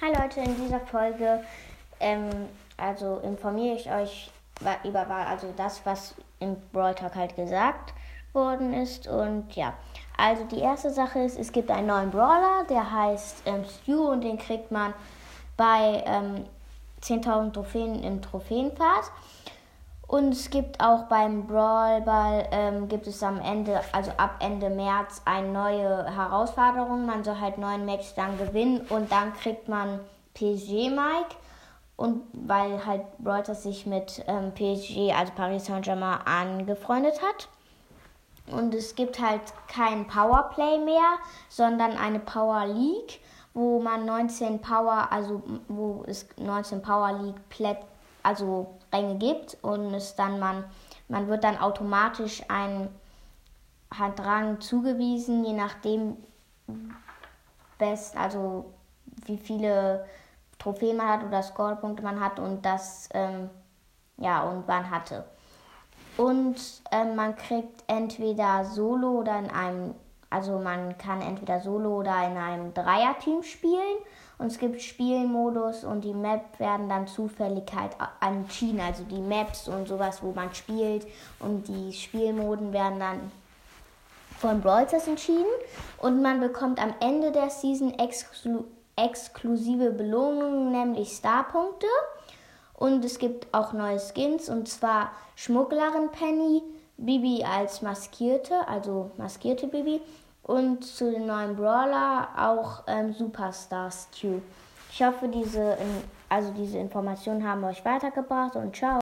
Hi Leute, in dieser Folge informiere ich euch über das, was im Brawl Talk halt gesagt worden ist. Und ja, also die erste Sache ist, es gibt einen neuen Brawler, der heißt Stu, und den kriegt man bei 10.000 Trophäen im Trophäenpfad. Und es gibt auch beim Brawl Ball, gibt es am Ende, also ab Ende März, eine neue Herausforderung. Man soll halt 9 Matches dann gewinnen und dann kriegt man PSG Mike. Und weil halt Brawl sich mit PSG, also Paris Saint-Germain, angefreundet hat. Und es gibt halt kein Powerplay mehr, sondern eine Power League, wo es 19 Power League Ränge gibt, und man wird dann automatisch einen Rang zugewiesen, je nachdem wie viele Trophäen man hat oder Scorepunkte man hat und und wann hatte. Und man kriegt entweder Solo oder man kann entweder Solo oder in einem Dreierteam spielen. Und es gibt Spielmodus und die Map werden dann zufällig halt entschieden. Also die Maps und sowas, wo man spielt, und die Spielmoden werden dann von Brawl Stars entschieden. Und man bekommt am Ende der Season exklusive Belohnungen, nämlich Starpunkte. Und es gibt auch neue Skins, und zwar Schmugglerin Penny, Bibi als maskierte Bibi, und zu den neuen Brawler auch Superstar Stu. Ich hoffe, diese Informationen haben euch weitergebracht, und ciao.